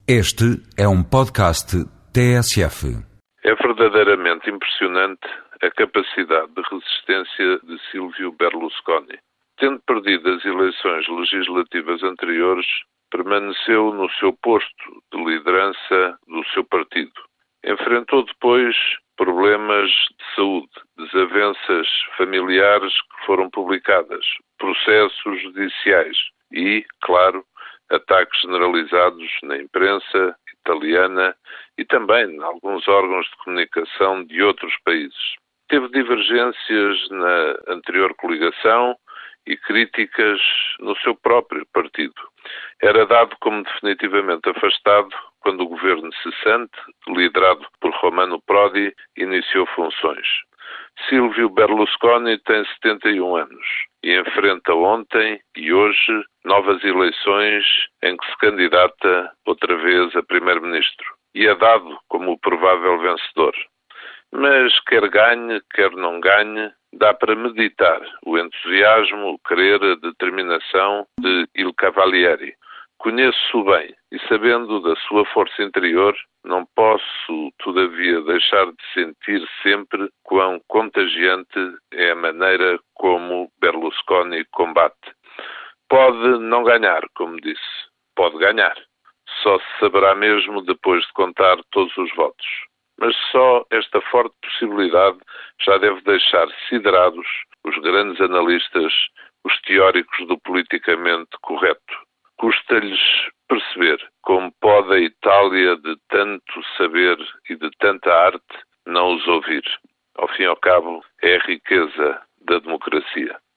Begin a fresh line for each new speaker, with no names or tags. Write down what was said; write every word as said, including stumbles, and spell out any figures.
Este é um podcast T S F.
É verdadeiramente impressionante a capacidade de resistência de Silvio Berlusconi. Tendo perdido as eleições legislativas anteriores, permaneceu no seu posto de liderança do seu partido. Enfrentou depois problemas de saúde, desavenças familiares que foram publicadas, processos judiciais e, claro, ataques generalizados na imprensa italiana e também em alguns órgãos de comunicação de outros países. Teve divergências na anterior coligação e críticas no seu próprio partido. Era dado como definitivamente afastado quando o governo cessante, liderado por Romano Prodi, iniciou funções. Silvio Berlusconi tem setenta e um anos e enfrenta ontem e hoje novas eleições em que se candidata outra vez a primeiro-ministro e é dado como o provável vencedor. Mas quer ganhe, quer não ganhe, dá para meditar o entusiasmo, o querer, a determinação de Il Cavalieri. Conheço-o bem e, sabendo da sua força interior, não posso, todavia, deixar de sentir sempre quão contagiante é a maneira como Berlusconi combate. Pode não ganhar, como disse. Pode ganhar. Só se saberá mesmo depois de contar todos os votos. Mas só esta forte possibilidade já deve deixar siderados os grandes analistas, os teóricos do politicamente correto. Custa-lhes perceber como pode a Itália de tanto saber e de tanta arte não os ouvir. Ao fim e ao cabo, é a riqueza da democracia.